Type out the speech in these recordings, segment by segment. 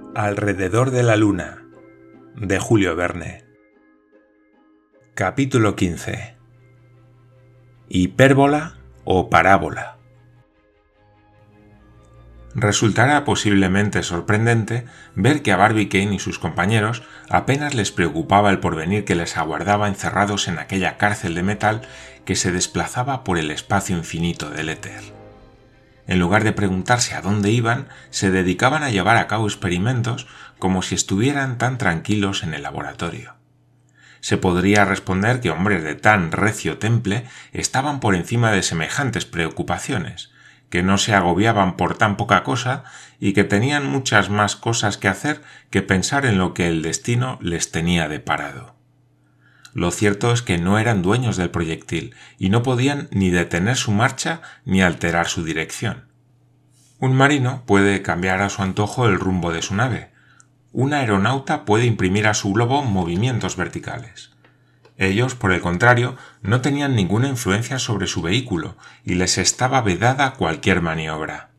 Alrededor de la luna, de Julio Verne. Capítulo 15. ¿Hipérbola o parábola? Resultará posiblemente sorprendente ver que a Barbicane y sus compañeros apenas les preocupaba el porvenir que les aguardaba encerrados en aquella cárcel de metal que se desplazaba por el espacio infinito del éter. En lugar de preguntarse a dónde iban, se dedicaban a llevar a cabo experimentos como si estuvieran tan tranquilos en el laboratorio. Se podría responder que hombres de tan recio temple estaban por encima de semejantes preocupaciones, que no se agobiaban por tan poca cosa y que tenían muchas más cosas que hacer que pensar en lo que el destino les tenía deparado. Lo cierto es que no eran dueños del proyectil y no podían ni detener su marcha ni alterar su dirección. Un marino puede cambiar a su antojo el rumbo de su nave. Un aeronauta puede imprimir a su globo movimientos verticales. Ellos, por el contrario, no tenían ninguna influencia sobre su vehículo y les estaba vedada cualquier maniobra.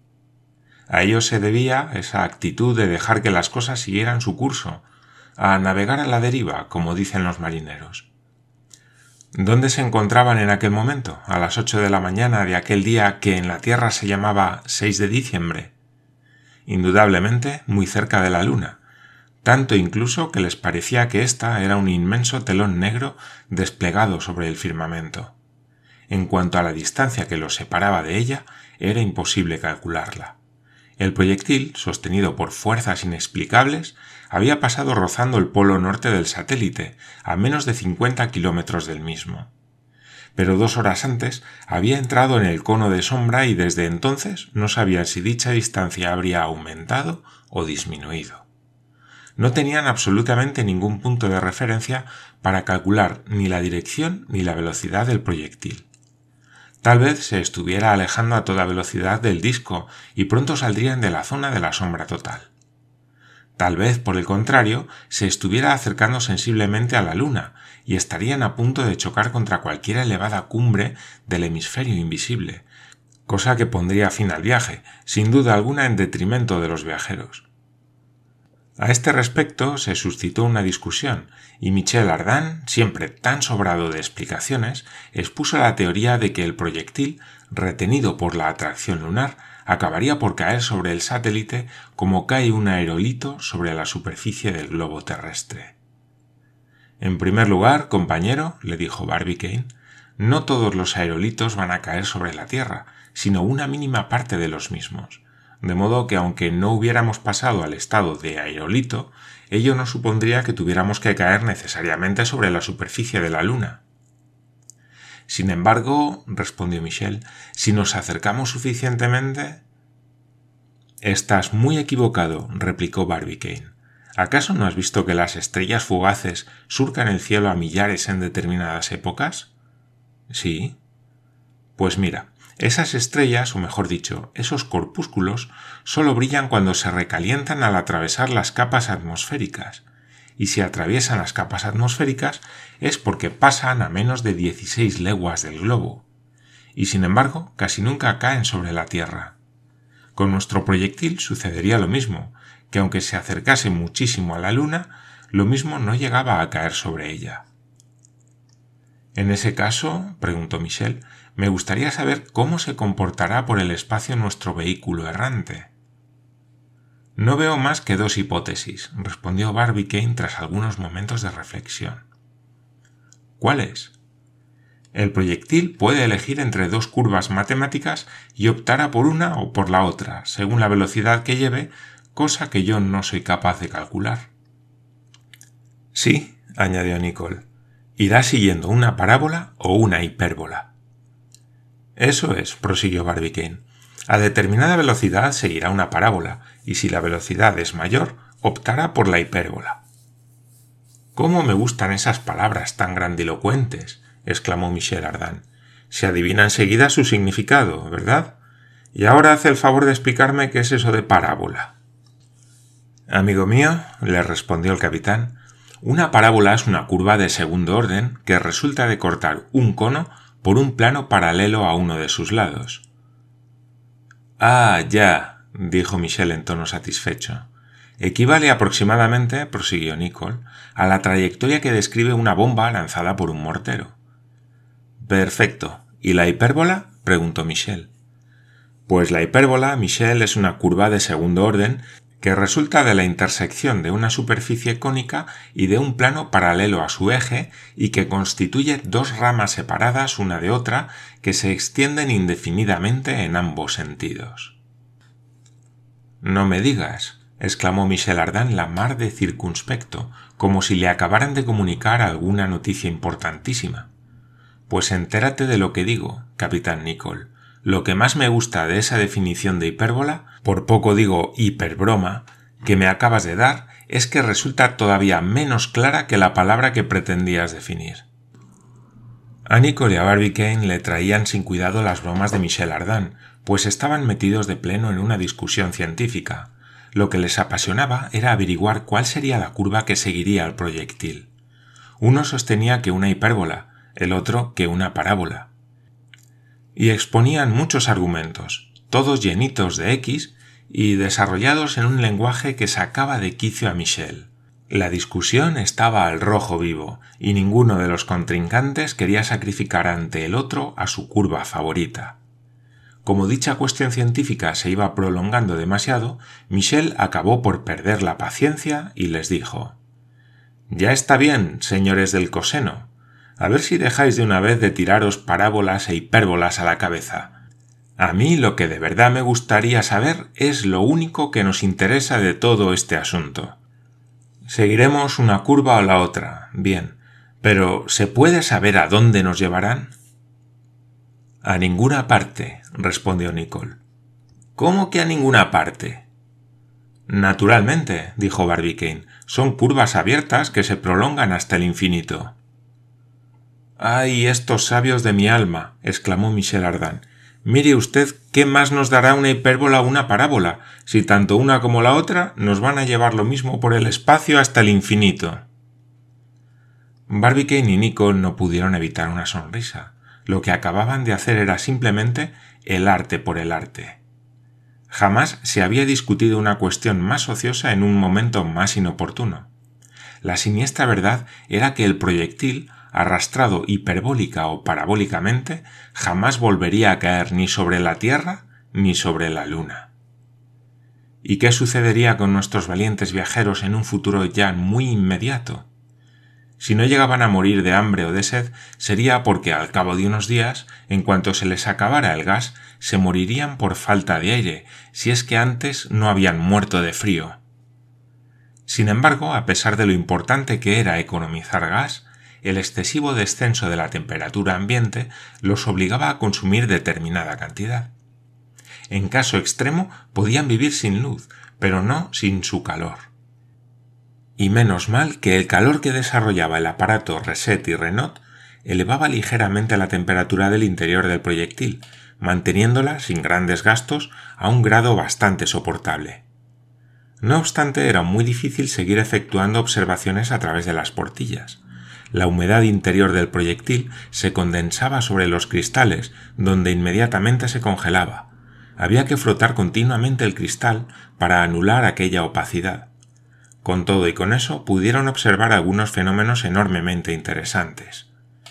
A ellos se debía esa actitud de dejar que las cosas siguieran su curso, a navegar a la deriva, como dicen los marineros. ¿Dónde se encontraban en aquel momento, a las 8 de la mañana de aquel día que en la Tierra se llamaba 6 de diciembre? Indudablemente muy cerca de la Luna, tanto incluso que les parecía que ésta era un inmenso telón negro desplegado sobre el firmamento. En cuanto a la distancia que los separaba de ella, era imposible calcularla. El proyectil, sostenido por fuerzas inexplicables, había pasado rozando el polo norte del satélite, a menos de 50 kilómetros del mismo. Pero 2 horas antes había entrado en el cono de sombra y desde entonces no sabían si dicha distancia habría aumentado o disminuido. No tenían absolutamente ningún punto de referencia para calcular ni la dirección ni la velocidad del proyectil. Tal vez se estuviera alejando a toda velocidad del disco y pronto saldrían de la zona de la sombra total. Tal vez, por el contrario, se estuviera acercando sensiblemente a la Luna y estarían a punto de chocar contra cualquier elevada cumbre del hemisferio invisible, cosa que pondría fin al viaje, sin duda alguna en detrimento de los viajeros. A este respecto se suscitó una discusión y Michel Ardan, siempre tan sobrado de explicaciones, expuso la teoría de que el proyectil, retenido por la atracción lunar, acabaría por caer sobre el satélite como cae un aerolito sobre la superficie del globo terrestre. En primer lugar, compañero, le dijo Barbicane, no todos los aerolitos van a caer sobre la Tierra, sino una mínima parte de los mismos. De modo que aunque no hubiéramos pasado al estado de aerolito, ello no supondría que tuviéramos que caer necesariamente sobre la superficie de la Luna. Sin embargo, respondió Michel, si nos acercamos suficientemente... Estás muy equivocado, replicó Barbicane. ¿Acaso no has visto que las estrellas fugaces surcan el cielo a millares en determinadas épocas? Sí. Pues mira, esas estrellas, o mejor dicho, esos corpúsculos, solo brillan cuando se recalientan al atravesar las capas atmosféricas, y si atraviesan las capas atmosféricas es porque pasan a menos de 16 leguas del globo, y sin embargo casi nunca caen sobre la Tierra. Con nuestro proyectil sucedería lo mismo, que aunque se acercase muchísimo a la Luna, lo mismo no llegaba a caer sobre ella. En ese caso, preguntó Michel, me gustaría saber cómo se comportará por el espacio nuestro vehículo errante. No veo más que 2 hipótesis, respondió Barbicane tras algunos momentos de reflexión. ¿Cuáles? El proyectil puede elegir entre 2 curvas matemáticas y optará por una o por la otra, según la velocidad que lleve, cosa que yo no soy capaz de calcular. Sí, añadió Nicole, irá siguiendo una parábola o una hipérbola. Eso es, prosiguió Barbicane. A determinada velocidad seguirá una parábola, y si la velocidad es mayor, optará por la hipérbola. «¿Cómo me gustan esas palabras tan grandilocuentes?», exclamó Michel Ardan. «Se adivina enseguida su significado, ¿verdad? Y ahora hace el favor de explicarme qué es eso de parábola». «Amigo mío», le respondió el capitán, «una parábola es una curva de segundo orden que resulta de cortar un cono por un plano paralelo a uno de sus lados». «Ah, ya», dijo Michel en tono satisfecho. equivale aproximadamente, prosiguió Nicole, a la trayectoria que describe una bomba lanzada por un mortero. Perfecto. ¿Y la hipérbola? Preguntó Michel. Pues la hipérbola, Michel, es una curva de segundo orden que resulta de la intersección de una superficie cónica y de un plano paralelo a su eje y que constituye dos ramas separadas una de otra que se extienden indefinidamente en ambos sentidos. No me digas, exclamó Michel Ardan la mar de circunspecto, como si le acabaran de comunicar alguna noticia importantísima. Pues entérate de lo que digo, capitán Nicole. Lo que más me gusta de esa definición de hipérbola, por poco digo hiperbroma, que me acabas de dar, es que resulta todavía menos clara que la palabra que pretendías definir. A Nicole y a Barbicane le traían sin cuidado las bromas de Michel Ardan, pues estaban metidos de pleno en una discusión científica. Lo que les apasionaba era averiguar cuál sería la curva que seguiría al proyectil. Uno sostenía que una hipérbola, el otro que una parábola. Y exponían muchos argumentos, todos llenitos de X y desarrollados en un lenguaje que sacaba de quicio a Michel. La discusión estaba al rojo vivo, y ninguno de los contrincantes quería sacrificar ante el otro a su curva favorita. Como dicha cuestión científica se iba prolongando demasiado, Michel acabó por perder la paciencia y les dijo: «Ya está bien, señores del coseno. A ver si dejáis de una vez de tiraros parábolas e hipérbolas a la cabeza. A mí lo que de verdad me gustaría saber es lo único que nos interesa de todo este asunto. Seguiremos una curva o la otra, bien, pero ¿se puede saber a dónde nos llevarán?» «A ninguna parte», respondió Nicole. «¿Cómo que a ninguna parte?» «Naturalmente», dijo Barbicane, «son curvas abiertas que se prolongan hasta el infinito». «¡Ay, estos sabios de mi alma!», exclamó Michel Ardan. «Mire usted qué más nos dará una hipérbola o una parábola, si tanto una como la otra nos van a llevar lo mismo por el espacio hasta el infinito». Barbicane y Nicole no pudieron evitar una sonrisa. Lo que acababan de hacer era simplemente el arte por el arte. Jamás se había discutido una cuestión más ociosa en un momento más inoportuno. La siniestra verdad era que el proyectil, arrastrado hiperbólica o parabólicamente, jamás volvería a caer ni sobre la Tierra ni sobre la Luna. ¿Y qué sucedería con nuestros valientes viajeros en un futuro ya muy inmediato? Si no llegaban a morir de hambre o de sed, sería porque al cabo de unos días, en cuanto se les acabara el gas, se morirían por falta de aire, si es que antes no habían muerto de frío. Sin embargo, a pesar de lo importante que era economizar gas, el excesivo descenso de la temperatura ambiente los obligaba a consumir determinada cantidad. En caso extremo podían vivir sin luz, pero no sin su calor. Y menos mal que el calor que desarrollaba el aparato Reset y Renault elevaba ligeramente la temperatura del interior del proyectil, manteniéndola sin grandes gastos a un grado bastante soportable. No obstante, era muy difícil seguir efectuando observaciones a través de las portillas. La humedad interior del proyectil se condensaba sobre los cristales, donde inmediatamente se congelaba. Había que frotar continuamente el cristal para anular aquella opacidad. Con todo y con eso pudieron observar algunos fenómenos enormemente interesantes.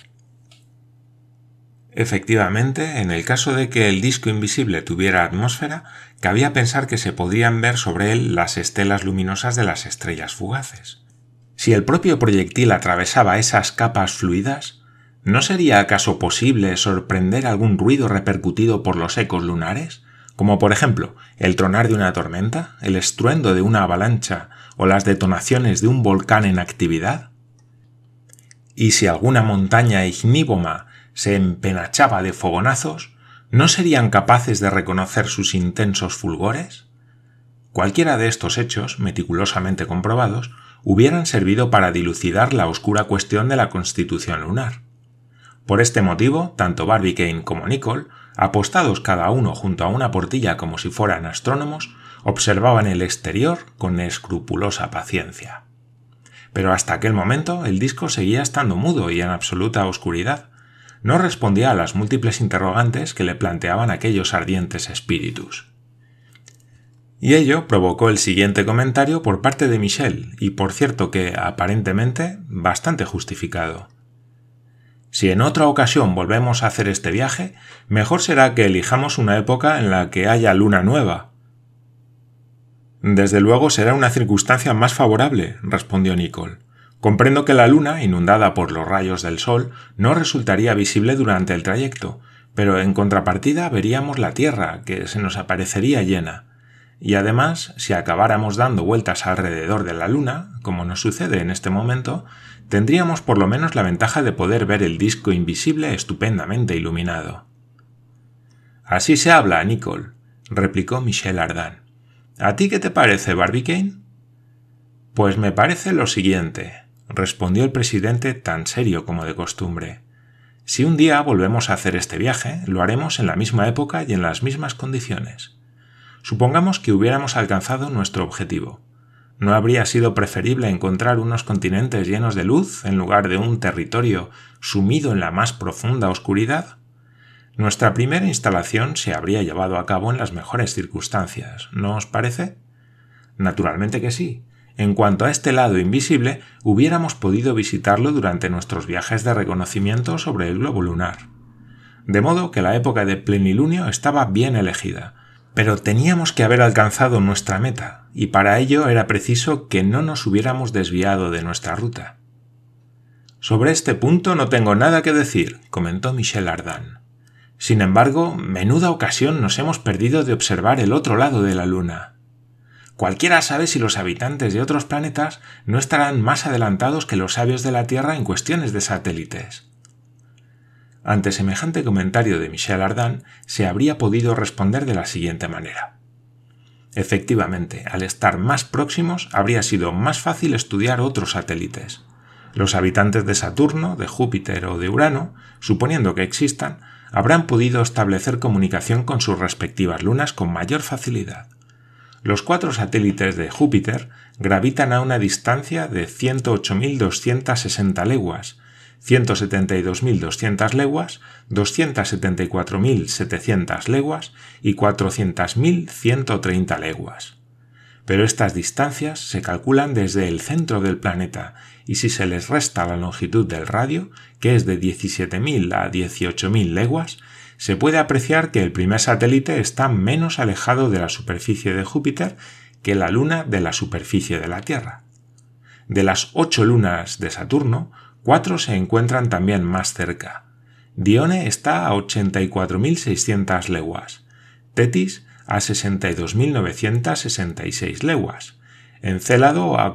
Efectivamente, en el caso de que el disco invisible tuviera atmósfera, cabía pensar que se podrían ver sobre él las estelas luminosas de las estrellas fugaces. Si el propio proyectil atravesaba esas capas fluidas, ¿no sería acaso posible sorprender algún ruido repercutido por los ecos lunares? Como por ejemplo, el tronar de una tormenta, el estruendo de una avalancha o las detonaciones de un volcán en actividad. Y si alguna montaña ignívola se empenachaba de fogonazos, ¿no serían capaces de reconocer sus intensos fulgores? Cualquiera de estos hechos, meticulosamente comprobados, hubieran servido para dilucidar la oscura cuestión de la constitución lunar. Por este motivo, tanto Barbicane como Nicole, apostados cada uno junto a una portilla como si fueran astrónomos, observaban el exterior con escrupulosa paciencia. Pero hasta aquel momento el disco seguía estando mudo y en absoluta oscuridad. No respondía a las múltiples interrogantes que le planteaban aquellos ardientes espíritus. Y ello provocó el siguiente comentario por parte de Michel, y por cierto que, aparentemente, bastante justificado. Si en otra ocasión volvemos a hacer este viaje, mejor será que elijamos una época en la que haya luna nueva. Desde luego será una circunstancia más favorable, respondió Nicole. Comprendo que la luna, inundada por los rayos del sol, no resultaría visible durante el trayecto, pero en contrapartida veríamos la Tierra, que se nos aparecería llena. Y además, si acabáramos dando vueltas alrededor de la luna, como nos sucede en este momento, tendríamos por lo menos la ventaja de poder ver el disco invisible estupendamente iluminado. Así se habla, Nicole, replicó Michel Ardan. ¿A ti qué te parece, Barbicane? Pues me parece lo siguiente, respondió el presidente tan serio como de costumbre. Si un día volvemos a hacer este viaje, lo haremos en la misma época y en las mismas condiciones. Supongamos que hubiéramos alcanzado nuestro objetivo. ¿No habría sido preferible encontrar unos continentes llenos de luz en lugar de un territorio sumido en la más profunda oscuridad? Nuestra primera instalación se habría llevado a cabo en las mejores circunstancias, ¿no os parece? Naturalmente que sí. En cuanto a este lado invisible, hubiéramos podido visitarlo durante nuestros viajes de reconocimiento sobre el globo lunar. De modo que la época de plenilunio estaba bien elegida, pero teníamos que haber alcanzado nuestra meta, y para ello era preciso que no nos hubiéramos desviado de nuestra ruta. Sobre este punto no tengo nada que decir, comentó Michel Ardan. Sin embargo, menuda ocasión nos hemos perdido de observar el otro lado de la Luna. Cualquiera sabe si los habitantes de otros planetas no estarán más adelantados que los sabios de la Tierra en cuestiones de satélites. Ante semejante comentario de Michel Ardan, se habría podido responder de la siguiente manera. Efectivamente, al estar más próximos, habría sido más fácil estudiar otros satélites. Los habitantes de Saturno, de Júpiter o de Urano, suponiendo que existan, habrán podido establecer comunicación con sus respectivas lunas con mayor facilidad. Los 4 satélites de Júpiter gravitan a una distancia de 108.260 leguas, 172.200 leguas, 274.700 leguas y 400.130 leguas. Pero estas distancias se calculan desde el centro del planeta y si se les resta la longitud del radio, que es de 17.000 a 18.000 leguas, se puede apreciar que el primer satélite está menos alejado de la superficie de Júpiter que la Luna de la superficie de la Tierra. De las 8 lunas de Saturno, 4 se encuentran también más cerca. Dione está a 84.600 leguas, Tetis a 62.966 leguas, Encélado a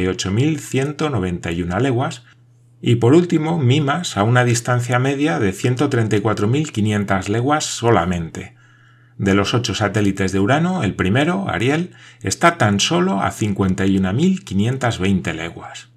48.191 leguas y por último Mimas a una distancia media de 134.500 leguas solamente. De los 8 satélites de Urano, el primero, Ariel, está tan solo a 51.520 leguas.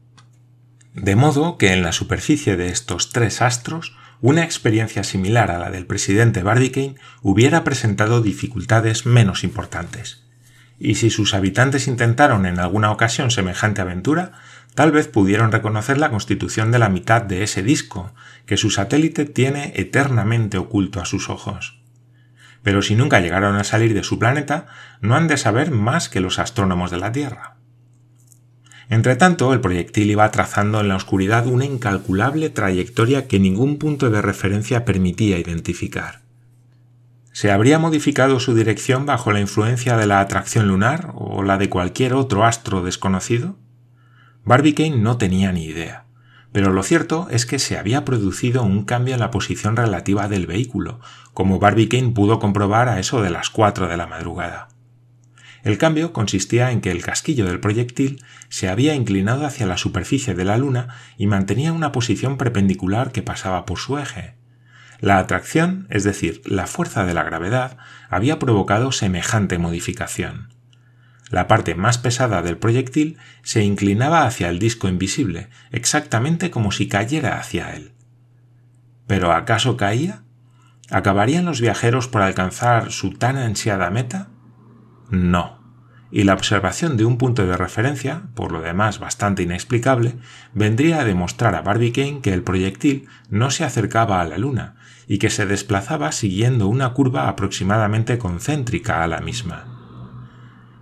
De modo que en la superficie de estos 3 astros, una experiencia similar a la del presidente Barbicane hubiera presentado dificultades menos importantes. Y si sus habitantes intentaron en alguna ocasión semejante aventura, tal vez pudieron reconocer la constitución de la mitad de ese disco, que su satélite tiene eternamente oculto a sus ojos. Pero si nunca llegaron a salir de su planeta, no han de saber más que los astrónomos de la Tierra. Entretanto, el proyectil iba trazando en la oscuridad una incalculable trayectoria que ningún punto de referencia permitía identificar. ¿Se habría modificado su dirección bajo la influencia de la atracción lunar o la de cualquier otro astro desconocido? Barbicane no tenía ni idea, pero lo cierto es que se había producido un cambio en la posición relativa del vehículo, como Barbicane pudo comprobar a eso de las 4 de la madrugada. El cambio consistía en que el casquillo del proyectil se había inclinado hacia la superficie de la Luna y mantenía una posición perpendicular que pasaba por su eje. La atracción, es decir, la fuerza de la gravedad, había provocado semejante modificación. La parte más pesada del proyectil se inclinaba hacia el disco invisible, exactamente como si cayera hacia él. ¿Pero acaso caía? ¿Acabarían los viajeros por alcanzar su tan ansiada meta? No. Y la observación de un punto de referencia, por lo demás bastante inexplicable, vendría a demostrar a Barbicane que el proyectil no se acercaba a la Luna y que se desplazaba siguiendo una curva aproximadamente concéntrica a la misma.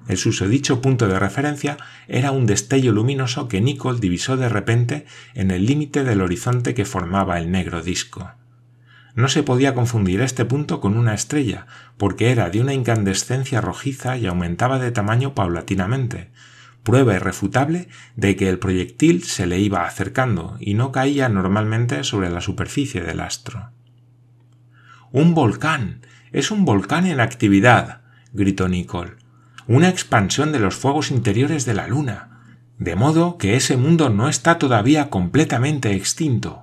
El susodicho punto de referencia era un destello luminoso que Nicholl divisó de repente en el límite del horizonte que formaba el negro disco. No se podía confundir este punto con una estrella, porque era de una incandescencia rojiza y aumentaba de tamaño paulatinamente, prueba irrefutable de que el proyectil se le iba acercando y no caía normalmente sobre la superficie del astro. ¡Un volcán! ¡Es un volcán en actividad!, gritó Nicholl. ¡Una expansión de los fuegos interiores de la Luna! De modo que ese mundo no está todavía completamente extinto.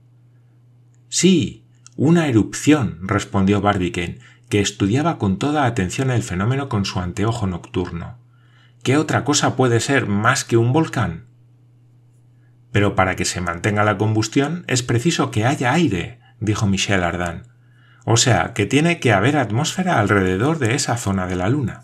Sí, una erupción, respondió Barbicane, que estudiaba con toda atención el fenómeno con su anteojo nocturno. ¿Qué otra cosa puede ser más que un volcán? Pero para que se mantenga la combustión es preciso que haya aire, dijo Michel Ardan. O sea, que tiene que haber atmósfera alrededor de esa zona de la Luna.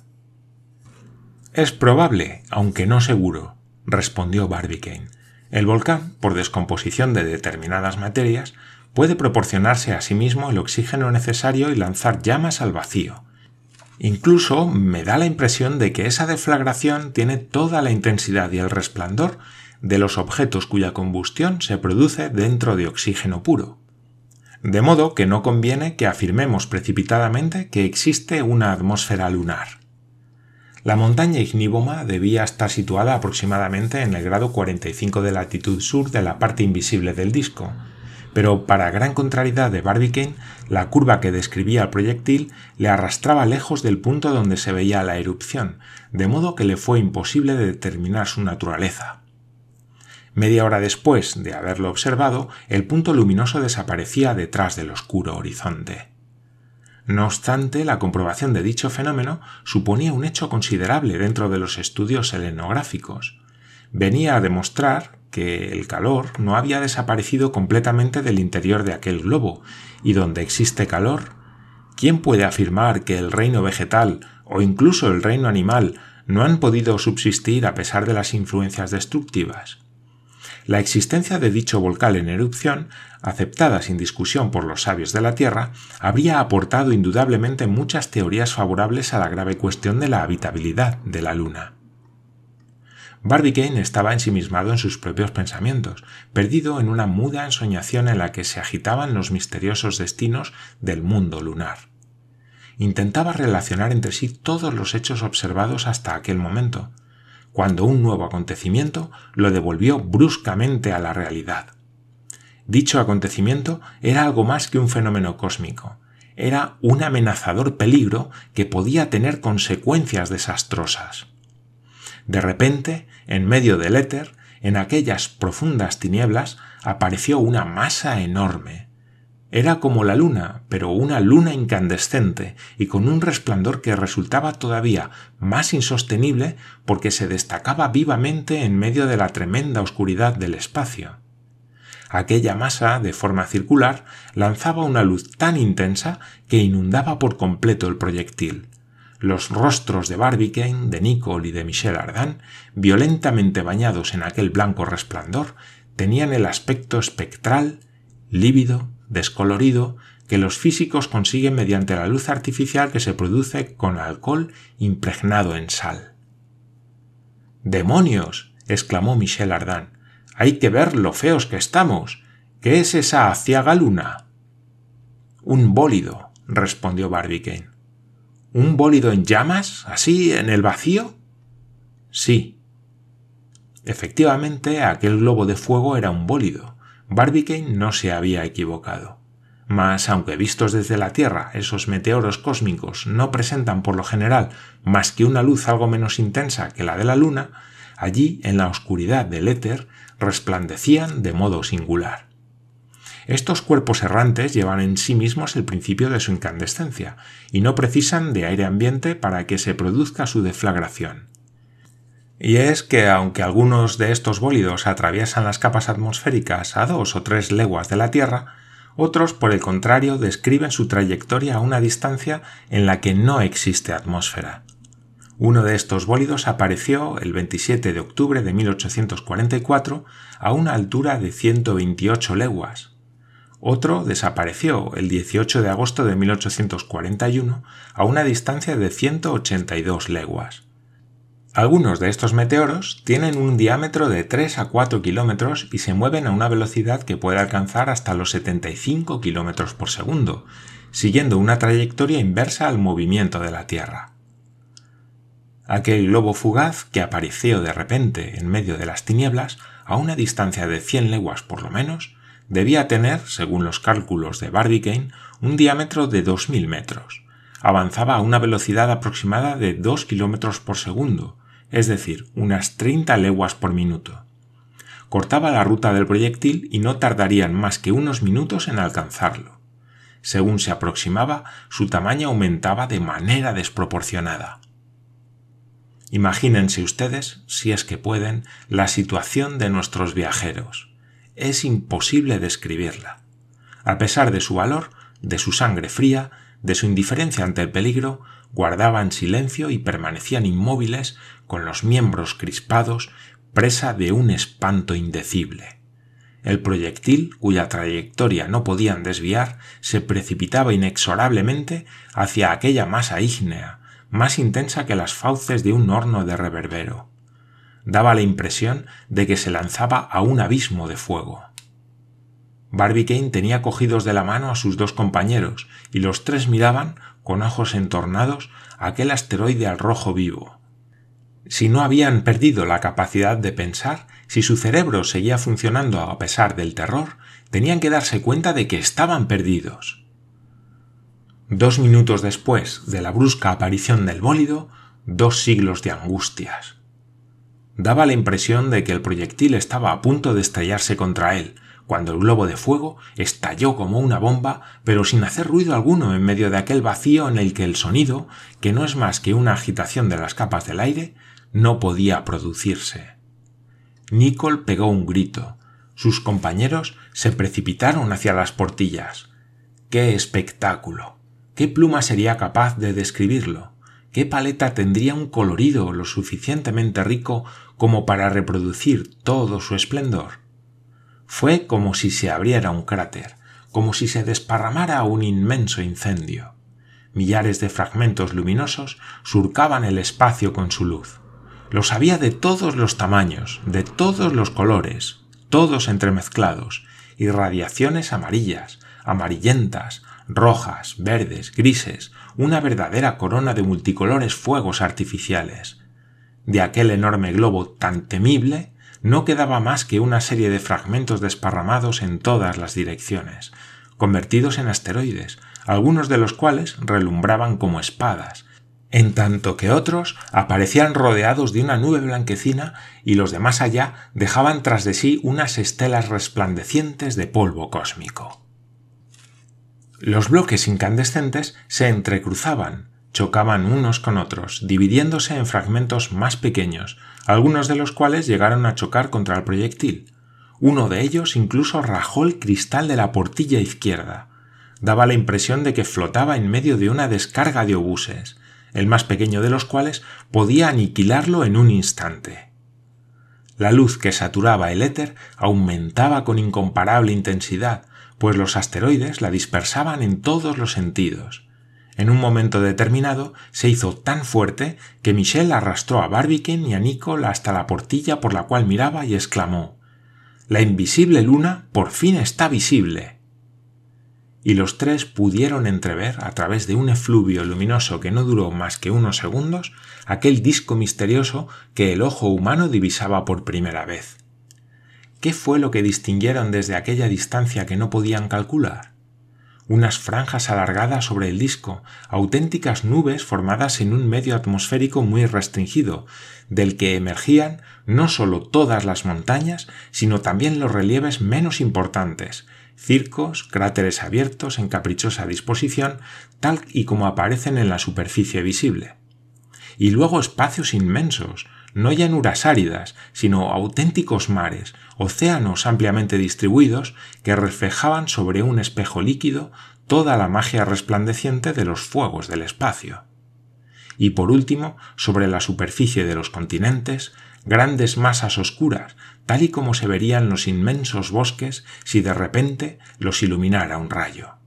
Es probable, aunque no seguro, respondió Barbicane. El volcán, por descomposición de determinadas materias, puede proporcionarse a sí mismo el oxígeno necesario y lanzar llamas al vacío. Incluso me da la impresión de que esa deflagración tiene toda la intensidad y el resplandor de los objetos cuya combustión se produce dentro de oxígeno puro. De modo que no conviene que afirmemos precipitadamente que existe una atmósfera lunar. La montaña ignívola debía estar situada aproximadamente en el grado 45 de latitud sur de la parte invisible del disco, pero para gran contrariedad de Barbicane, la curva que describía el proyectil le arrastraba lejos del punto donde se veía la erupción, de modo que le fue imposible determinar su naturaleza. Media hora después de haberlo observado, el punto luminoso desaparecía detrás del oscuro horizonte. No obstante, la comprobación de dicho fenómeno suponía un hecho considerable dentro de los estudios selenográficos. Venía a demostrar que el calor no había desaparecido completamente del interior de aquel globo, y donde existe calor, ¿quién puede afirmar que el reino vegetal o incluso el reino animal no han podido subsistir a pesar de las influencias destructivas? La existencia de dicho volcán en erupción, aceptada sin discusión por los sabios de la Tierra, habría aportado indudablemente muchas teorías favorables a la grave cuestión de la habitabilidad de la Luna. Barbicane estaba ensimismado en sus propios pensamientos, perdido en una muda ensoñación en la que se agitaban los misteriosos destinos del mundo lunar. Intentaba relacionar entre sí todos los hechos observados hasta aquel momento, cuando un nuevo acontecimiento lo devolvió bruscamente a la realidad. Dicho acontecimiento era algo más que un fenómeno cósmico, era un amenazador peligro que podía tener consecuencias desastrosas. De repente, en medio del éter, en aquellas profundas tinieblas, apareció una masa enorme. Era como la luna, pero una luna incandescente y con un resplandor que resultaba todavía más insostenible porque se destacaba vivamente en medio de la tremenda oscuridad del espacio. Aquella masa, de forma circular, lanzaba una luz tan intensa que inundaba por completo el proyectil. Los rostros de Barbicane, de Nicholl y de Michel Ardan, violentamente bañados en aquel blanco resplandor, tenían el aspecto espectral, lívido, descolorido, que los físicos consiguen mediante la luz artificial que se produce con alcohol impregnado en sal. ¡Demonios!, exclamó Michel Ardan. «Hay que ver lo feos que estamos. ¿Qué es esa aciaga luna?» «Un bólido», respondió Barbicane. «¿Un bólido en llamas, así, en el vacío?» «Sí». Efectivamente, aquel globo de fuego era un bólido. Barbicane no se había equivocado. Mas, aunque vistos desde la Tierra, esos meteoros cósmicos no presentan por lo general más que una luz algo menos intensa que la de la Luna, allí, en la oscuridad del éter, resplandecían de modo singular. Estos cuerpos errantes llevan en sí mismos el principio de su incandescencia, y no precisan de aire ambiente para que se produzca su deflagración. Y es que, aunque algunos de estos bólidos atraviesan las capas atmosféricas a 2 o 3 leguas de la Tierra, otros, por el contrario, describen su trayectoria a una distancia en la que no existe atmósfera. Uno de estos bólidos apareció el 27 de octubre de 1844 a una altura de 128 leguas. Otro desapareció el 18 de agosto de 1841 a una distancia de 182 leguas. Algunos de estos meteoros tienen un diámetro de 3 a 4 kilómetros y se mueven a una velocidad que puede alcanzar hasta los 75 kilómetros por segundo, siguiendo una trayectoria inversa al movimiento de la Tierra. Aquel globo fugaz que apareció de repente en medio de las tinieblas, a una distancia de 100 leguas por lo menos, debía tener, según los cálculos de Barbicane, un diámetro de 2000 metros. Avanzaba a una velocidad aproximada de 2 kilómetros por segundo, es decir, unas 30 leguas por minuto. Cortaba la ruta del proyectil y no tardarían más que unos minutos en alcanzarlo. Según se aproximaba, su tamaño aumentaba de manera desproporcionada. Imagínense ustedes, si es que pueden, la situación de nuestros viajeros. Es imposible describirla. A pesar de su valor, de su sangre fría, de su indiferencia ante el peligro, guardaban silencio y permanecían inmóviles, con los miembros crispados, presa de un espanto indecible. El proyectil, cuya trayectoria no podían desviar, se precipitaba inexorablemente hacia aquella masa ígnea, más intensa que las fauces de un horno de reverbero. Daba la impresión de que se lanzaba a un abismo de fuego. Barbicane tenía cogidos de la mano a sus dos compañeros y los tres miraban, con ojos entornados, aquel asteroide al rojo vivo. Si no habían perdido la capacidad de pensar, si su cerebro seguía funcionando a pesar del terror, tenían que darse cuenta de que estaban perdidos. 2 minutos después de la brusca aparición del bólido, 2 siglos de angustias. Daba la impresión de que el proyectil estaba a punto de estrellarse contra él, cuando el globo de fuego estalló como una bomba, pero sin hacer ruido alguno en medio de aquel vacío en el que el sonido, que no es más que una agitación de las capas del aire, no podía producirse. Nicholl pegó un grito. Sus compañeros se precipitaron hacia las portillas. ¡Qué espectáculo! ¿Qué pluma sería capaz de describirlo? ¿Qué paleta tendría un colorido lo suficientemente rico como para reproducir todo su esplendor? Fue como si se abriera un cráter, como si se desparramara un inmenso incendio. Millares de fragmentos luminosos surcaban el espacio con su luz. Los había de todos los tamaños, de todos los colores, todos entremezclados, irradiaciones amarillas, amarillentas, rojas, verdes, grises, una verdadera corona de multicolores fuegos artificiales. De aquel enorme globo tan temible no quedaba más que una serie de fragmentos desparramados en todas las direcciones, convertidos en asteroides, algunos de los cuales relumbraban como espadas, en tanto que otros aparecían rodeados de una nube blanquecina y los de más allá dejaban tras de sí unas estelas resplandecientes de polvo cósmico. Los bloques incandescentes se entrecruzaban, chocaban unos con otros, dividiéndose en fragmentos más pequeños, algunos de los cuales llegaron a chocar contra el proyectil. Uno de ellos incluso rajó el cristal de la portilla izquierda. Daba la impresión de que flotaba en medio de una descarga de obuses, el más pequeño de los cuales podía aniquilarlo en un instante. La luz que saturaba el éter aumentaba con incomparable intensidad, pues los asteroides la dispersaban en todos los sentidos. En un momento determinado se hizo tan fuerte que Michel arrastró a Barbicane y a Nicholl hasta la portilla por la cual miraba y exclamó: «La invisible luna por fin está visible». Y los tres pudieron entrever, a través de un efluvio luminoso que no duró más que unos segundos, aquel disco misterioso que el ojo humano divisaba por primera vez. ¿Qué fue lo que distinguieron desde aquella distancia que no podían calcular? Unas franjas alargadas sobre el disco, auténticas nubes formadas en un medio atmosférico muy restringido, del que emergían no solo todas las montañas, sino también los relieves menos importantes, circos, cráteres abiertos en caprichosa disposición, tal y como aparecen en la superficie visible. Y luego espacios inmensos, no llanuras áridas, sino auténticos mares, océanos ampliamente distribuidos que reflejaban sobre un espejo líquido toda la magia resplandeciente de los fuegos del espacio. Y por último, sobre la superficie de los continentes, grandes masas oscuras, tal y como se verían los inmensos bosques si de repente los iluminara un rayo.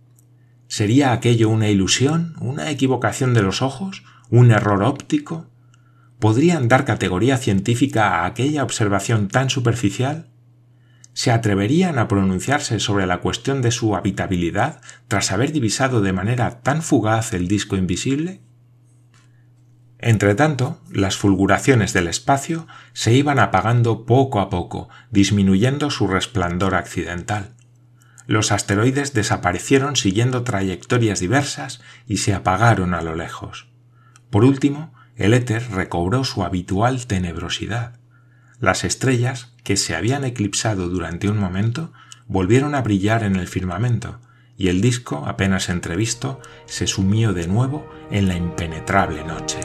¿Sería aquello una ilusión, una equivocación de los ojos, un error óptico? ¿Podrían dar categoría científica a aquella observación tan superficial? ¿Se atreverían a pronunciarse sobre la cuestión de su habitabilidad tras haber divisado de manera tan fugaz el disco invisible? Entretanto, las fulguraciones del espacio se iban apagando poco a poco, disminuyendo su resplandor accidental. Los asteroides desaparecieron siguiendo trayectorias diversas y se apagaron a lo lejos. Por último, el éter recobró su habitual tenebrosidad. Las estrellas, que se habían eclipsado durante un momento, volvieron a brillar en el firmamento, y el disco, apenas entrevisto, se sumió de nuevo en la impenetrable noche.